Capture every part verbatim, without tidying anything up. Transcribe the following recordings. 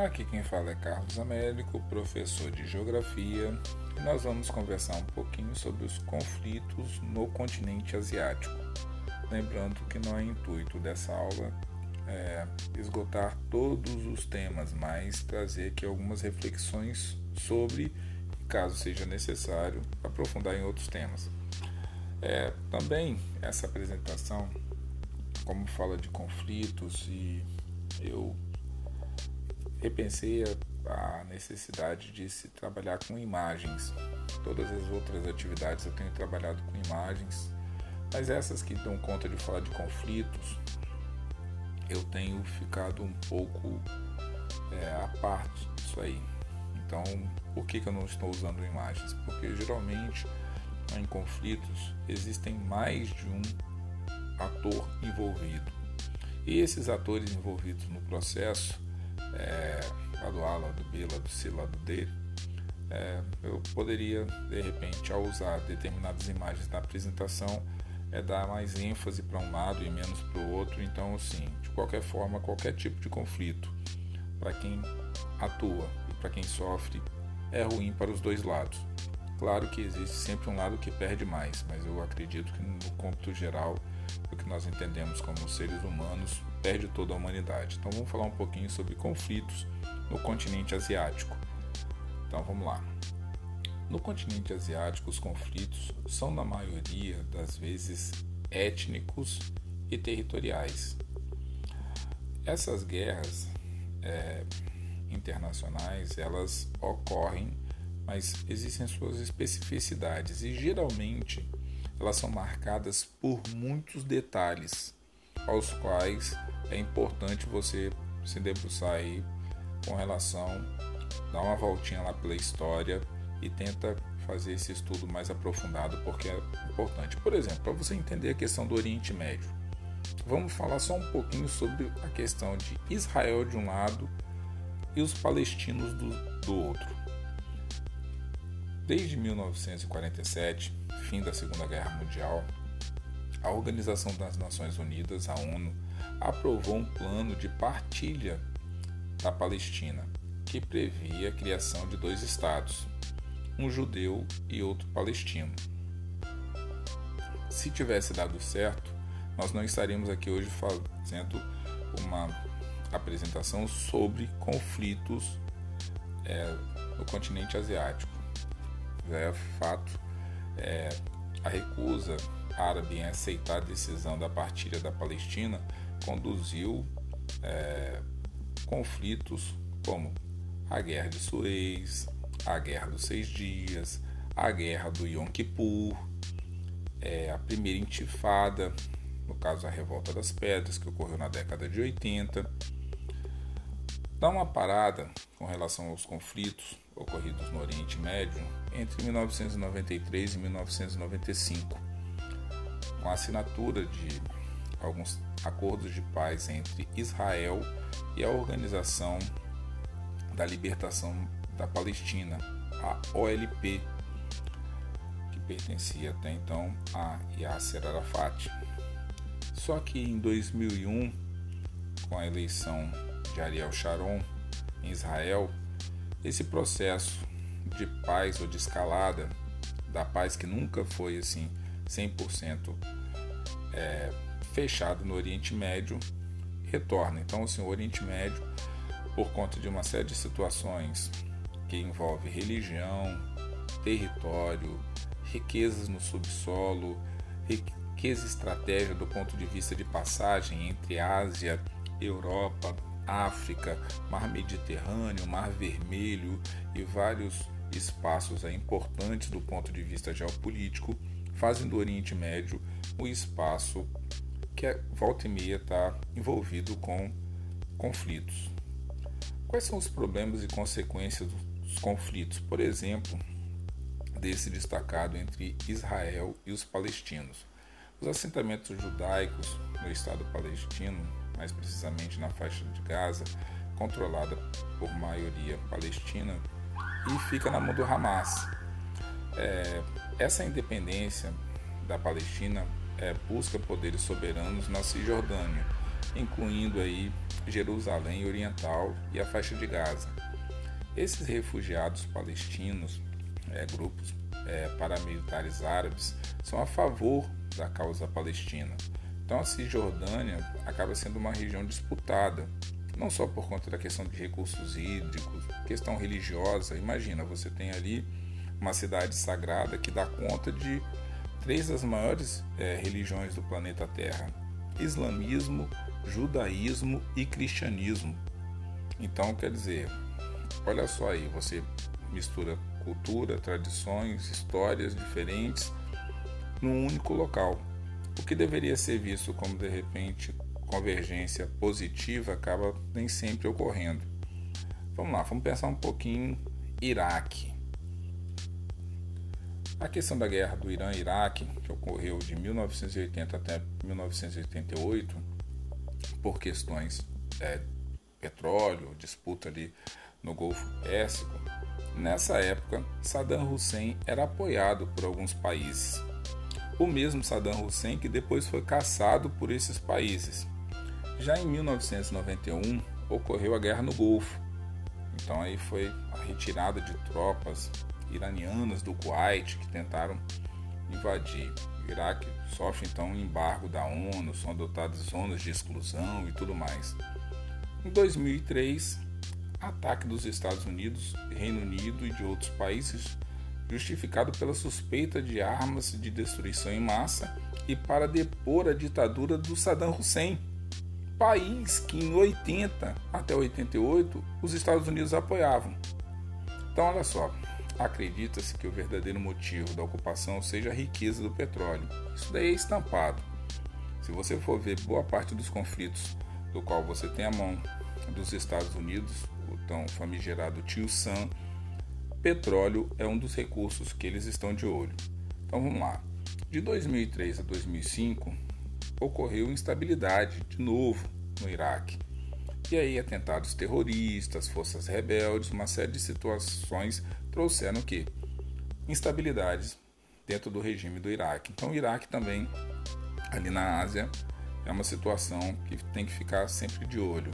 Aqui quem fala é Carlos Américo, professor de Geografia, e nós vamos conversar um pouquinho sobre os conflitos no continente asiático. Lembrando que não é intuito dessa aula é, esgotar todos os temas, mas trazer aqui algumas reflexões sobre, caso seja necessário, aprofundar em outros temas. É, também essa apresentação, como fala de conflitos, e eu repensei a, a necessidade de se trabalhar com imagens. Todas as outras atividades eu tenho trabalhado com imagens, mas essas que dão conta de falar de conflitos, eu tenho ficado um pouco é, à parte disso aí. Então, por que, que eu não estou usando imagens? Porque geralmente em conflitos existem mais de um ator envolvido. E esses atores envolvidos no processo, é, lado A, lado B, lado C, lado D, é, eu poderia, de repente, ao usar determinadas imagens na apresentação, é dar mais ênfase para um lado e menos para o outro. Então, assim, de qualquer forma, qualquer tipo de conflito, para quem atua e para quem sofre, é ruim para os dois lados. Claro que existe sempre um lado que perde mais, mas eu acredito que no cômputo geral, o que nós entendemos como seres humanos, perde toda a humanidade. Então vamos falar um pouquinho sobre conflitos no continente asiático. Então vamos lá. No continente asiático, os conflitos são na maioria das vezes étnicos e territoriais. Essas guerras é, internacionais, elas ocorrem, mas existem suas especificidades e geralmente elas são marcadas por muitos detalhes aos quais é importante você se debruçar aí com relação, dar uma voltinha lá pela história e tenta fazer esse estudo mais aprofundado, porque é importante. Por exemplo, para você entender a questão do Oriente Médio, vamos falar só um pouquinho sobre a questão de Israel de um lado e os palestinos do, do outro. Desde mil novecentos e quarenta e sete, fim da Segunda Guerra Mundial, a Organização das Nações Unidas, a ONU, aprovou um plano de partilha da Palestina, que previa a criação de dois estados, um judeu e outro palestino. Se tivesse dado certo, nós não estaríamos aqui hoje fazendo uma apresentação sobre conflitos é, no continente asiático. É fato, é, a recusa árabe em aceitar a decisão da partilha da Palestina conduziu é, conflitos como a Guerra de Suez, a Guerra dos Seis Dias, a Guerra do Yom Kippur, é, a primeira intifada, no caso a Revolta das Pedras, que ocorreu na década de oitenta. Dá uma parada com relação aos conflitos ocorridos no Oriente Médio entre mil novecentos e noventa e três e mil novecentos e noventa e cinco, com a assinatura de alguns acordos de paz entre Israel e a Organização da Libertação da Palestina, a O L P, que pertencia até então a Yasser Arafat. Só que em dois mil e um, com a eleição de Ariel Sharon em Israel, esse processo de paz ou de escalada da paz, que nunca foi assim cem por cento é, fechado no Oriente Médio, retorna. Então, assim, o Oriente Médio, por conta de uma série de situações que envolve religião, território, riquezas no subsolo, riqueza estratégica do ponto de vista de passagem entre Ásia, Europa, África, Mar Mediterrâneo, Mar Vermelho e vários espaços aí importantes do ponto de vista geopolítico, fazem do Oriente Médio um espaço que volta e meia está envolvido com conflitos. Quais são os problemas e consequências dos conflitos, por exemplo, desse destacado entre Israel e os palestinos? Os assentamentos judaicos no Estado palestino, mais precisamente na faixa de Gaza, controlada por maioria palestina, e fica na mão do Hamas. É, essa independência da Palestina é, busca poderes soberanos na Cisjordânia, incluindo aí Jerusalém Oriental e a faixa de Gaza. Esses refugiados palestinos, é, grupos é, paramilitares árabes, são a favor da causa palestina. Então a Cisjordânia acaba sendo uma região disputada, não só por conta da questão de recursos hídricos, questão religiosa. Imagina, você tem ali uma cidade sagrada que dá conta de três das maiores é, religiões do planeta Terra: islamismo, judaísmo e cristianismo. Então, quer dizer, olha só aí, você mistura cultura, tradições, histórias diferentes num único local. O que deveria ser visto como, de repente, convergência positiva acaba nem sempre ocorrendo. Vamos lá, vamos pensar um pouquinho Iraque. A questão da guerra do Irã e Iraque, que ocorreu de mil novecentos e oitenta até mil novecentos e oitenta e oito, por questões é, petróleo, disputa ali no Golfo Pérsico, nessa época Saddam Hussein era apoiado por alguns países. O mesmo Saddam Hussein que depois foi caçado por esses países. Já em mil novecentos e noventa e um ocorreu a guerra no Golfo. Então aí foi a retirada de tropas iranianas do Kuwait que tentaram invadir. O Iraque sofre então um embargo da ONU, são adotadas zonas de exclusão e tudo mais. Em dois mil e três, ataque dos Estados Unidos, Reino Unido e de outros países, justificado pela suspeita de armas de destruição em massa e para depor a ditadura do Saddam Hussein, país que em oitenta até oitenta e oito os Estados Unidos apoiavam. Então olha só, acredita-se que o verdadeiro motivo da ocupação seja a riqueza do petróleo. Isso daí é estampado. Se você for ver boa parte dos conflitos do qual você tem a mão dos Estados Unidos, o tão famigerado Tio Sam, petróleo é um dos recursos que eles estão de olho. Então vamos lá. De dois mil e três a dois mil e cinco, ocorreu instabilidade de novo no Iraque. E aí atentados terroristas, forças rebeldes, uma série de situações trouxeram o quê? Instabilidades dentro do regime do Iraque. Então o Iraque também, ali na Ásia, é uma situação que tem que ficar sempre de olho.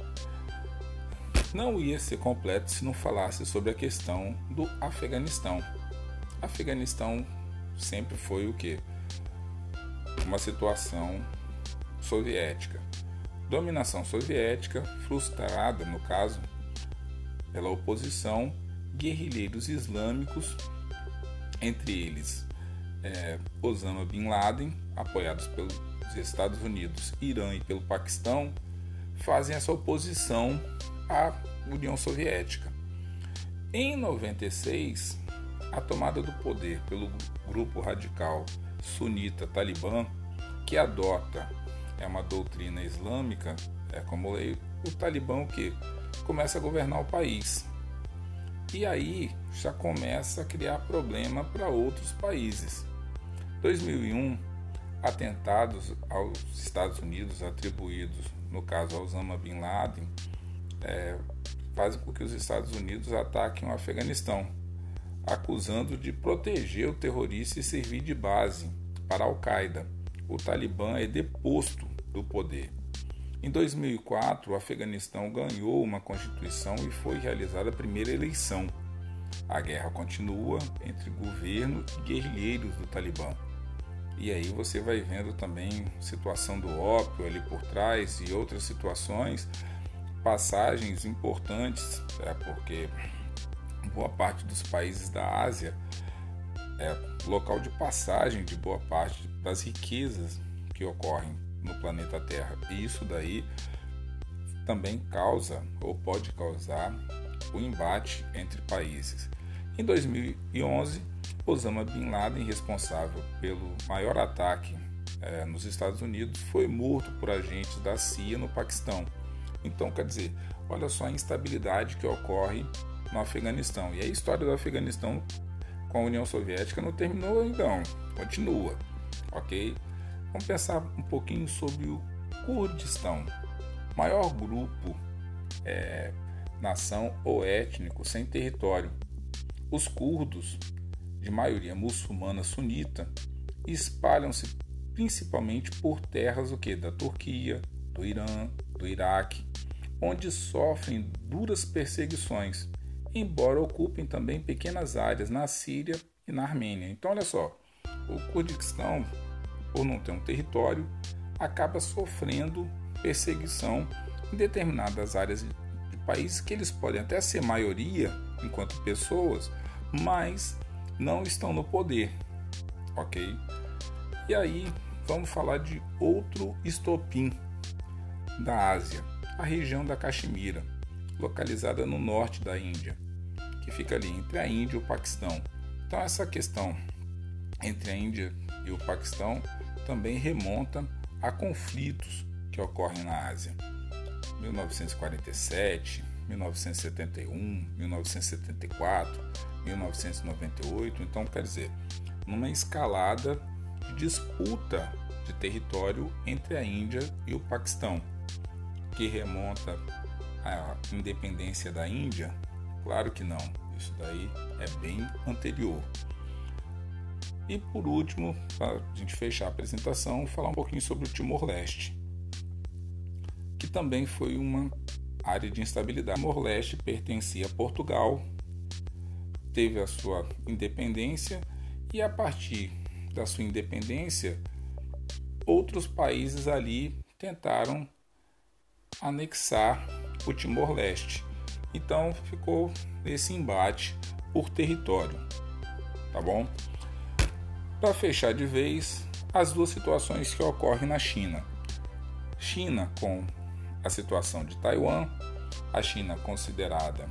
Não ia ser completo se não falasse sobre a questão do Afeganistão. Afeganistão sempre foi o quê? Uma situação soviética. Dominação soviética, frustrada, no caso, pela oposição, guerrilheiros islâmicos, entre eles é, Osama Bin Laden, apoiados pelos Estados Unidos, Irã e pelo Paquistão, fazem essa oposição à União Soviética. Em noventa e seis, a tomada do poder pelo grupo radical sunita Talibã, que adota é uma doutrina islâmica, é como lei, o Talibã que começa a governar o país. E aí já começa a criar problema para outros países. dois mil e um, atentados aos Estados Unidos atribuídos, no caso a Osama Bin Laden, é, fazem com que os Estados Unidos ataquem o Afeganistão, acusando de proteger o terrorista e servir de base para a Al-Qaeda. O Talibã é deposto do poder. Em dois mil e quatro, o Afeganistão ganhou uma constituição e foi realizada a primeira eleição. A guerra continua entre governo e guerrilheiros do Talibã. E aí você vai vendo também a situação do ópio ali por trás e outras situações, passagens importantes, é, porque boa parte dos países da Ásia é local de passagem de boa parte das riquezas que ocorrem no planeta Terra. E isso daí também causa ou pode causar o embate entre países. Em dois mil e onze, Osama Bin Laden, responsável pelo maior ataque é, nos Estados Unidos, foi morto por agentes da C I A no Paquistão. Então, quer dizer, olha só a instabilidade que ocorre no Afeganistão. E a história do Afeganistão com a União Soviética não terminou ainda, não. Continua, ok? Vamos pensar um pouquinho sobre o Kurdistão, maior grupo, é, nação ou étnico sem território. Os curdos, de maioria muçulmana sunita, espalham-se principalmente por terras o quê? Da Turquia, do Irã, do Iraque, onde sofrem duras perseguições, embora ocupem também pequenas áreas na Síria e na Armênia. Então, olha só, o Kurdistão, por não ter um território, acaba sofrendo perseguição em determinadas áreas do país, que eles podem até ser maioria enquanto pessoas, mas não estão no poder, ok? E aí vamos falar de outro estopim da Ásia, a região da Caxemira, localizada no norte da Índia, que fica ali entre a Índia e o Paquistão. Então essa questão entre a Índia e o Paquistão também remonta a conflitos que ocorrem na Ásia. mil novecentos e quarenta e sete, mil novecentos e setenta e um, mil novecentos e setenta e quatro, mil novecentos e noventa e oito. Então, quer dizer, numa escalada de disputa de território entre a Índia e o Paquistão, que remonta à independência da Índia? Claro que não, isso daí é bem anterior. E por último, para a gente fechar a apresentação, falar um pouquinho sobre o Timor-Leste, que também foi uma área de instabilidade. O Timor-Leste pertencia a Portugal, teve a sua independência e a partir da sua independência, outros países ali tentaram anexar o Timor-Leste. Então ficou esse embate por território, tá bom? Para fechar de vez, as duas situações que ocorrem na China. China com a situação de Taiwan, a China considerada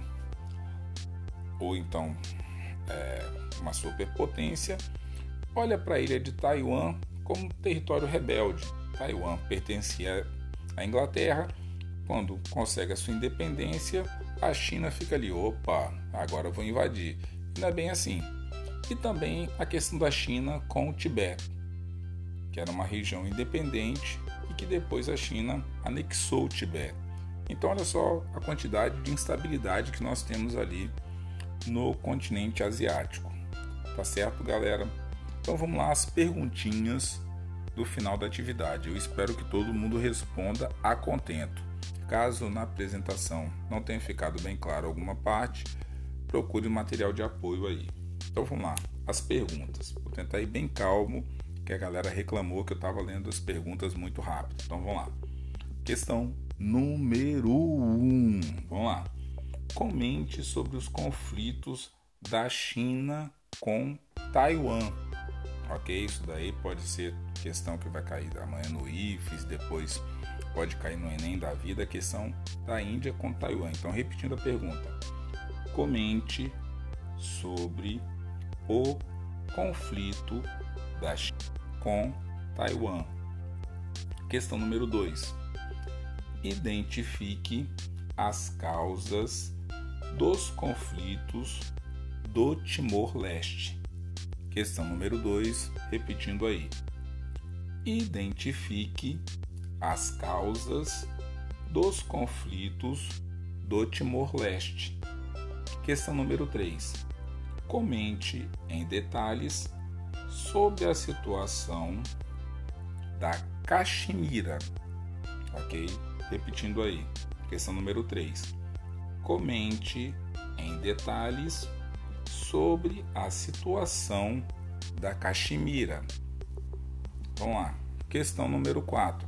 ou então é, uma superpotência, olha para a ilha de Taiwan como território rebelde. Taiwan pertencia à Inglaterra, quando consegue a sua independência, a China fica ali, opa, agora eu vou invadir. E não é bem assim. E também a questão da China com o Tibete, que era uma região independente e que depois a China anexou o Tibete. Então olha só a quantidade de instabilidade que nós temos ali no continente asiático. Tá certo, galera? Então vamos lá, as perguntinhas do final da atividade. Eu espero que todo mundo responda a contento. Caso na apresentação não tenha ficado bem claro alguma parte, procure material de apoio aí. Então vamos lá, as perguntas. Vou tentar ir bem calmo, que a galera reclamou que eu estava lendo as perguntas muito rápido. Então vamos lá. Questão número um. Vamos lá. Comente sobre os conflitos da China com Taiwan. Ok? Isso daí pode ser questão que vai cair amanhã no I F E S, depois pode cair no Enem da vida, a questão da Índia com Taiwan. Então, repetindo a pergunta. Comente sobre o conflito da China com Taiwan. Questão número dois. Identifique as causas dos conflitos do Timor-Leste. Questão número dois, repetindo aí. Identifique as causas dos conflitos do Timor-Leste. Questão número três. Comente em detalhes sobre a situação da Caxemira. Ok? Repetindo aí. Questão número três. Comente em detalhes sobre a situação da Caxemira. Vamos lá. Questão número quatro.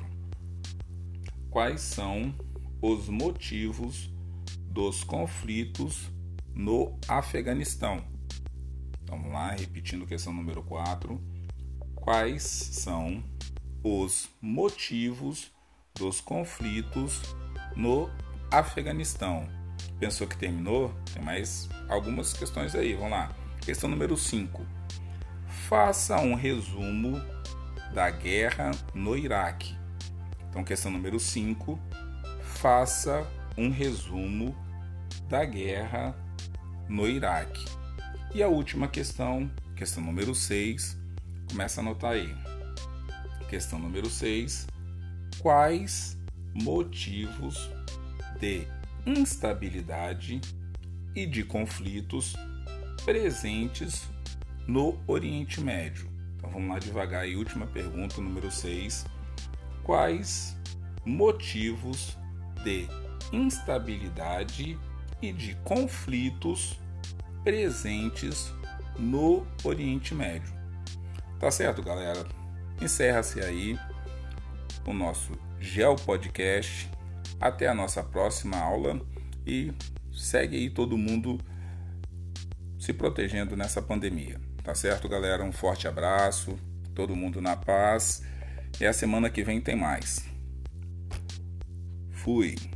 Quais são os motivos dos conflitos no Afeganistão? Vamos lá, repetindo questão número quatro. Quais são os motivos dos conflitos no Afeganistão? Pensou que terminou? Tem mais algumas questões aí, vamos lá. Questão número cinco. Faça um resumo da guerra no Iraque. Então, questão número cinco. Faça um resumo da guerra no Iraque. E a última questão, questão número seis, começa a anotar aí. Questão número seis. Quais motivos de instabilidade e de conflitos presentes no Oriente Médio? Então vamos lá devagar aí, última pergunta, número seis. Quais motivos de instabilidade e de conflitos presentes no Oriente Médio. Tá certo, galera? Encerra-se aí o nosso GeoPodcast. Até a nossa próxima aula e segue aí todo mundo se protegendo nessa pandemia. Tá certo, galera? Um forte abraço, todo mundo na paz. E a semana que vem tem mais. Fui!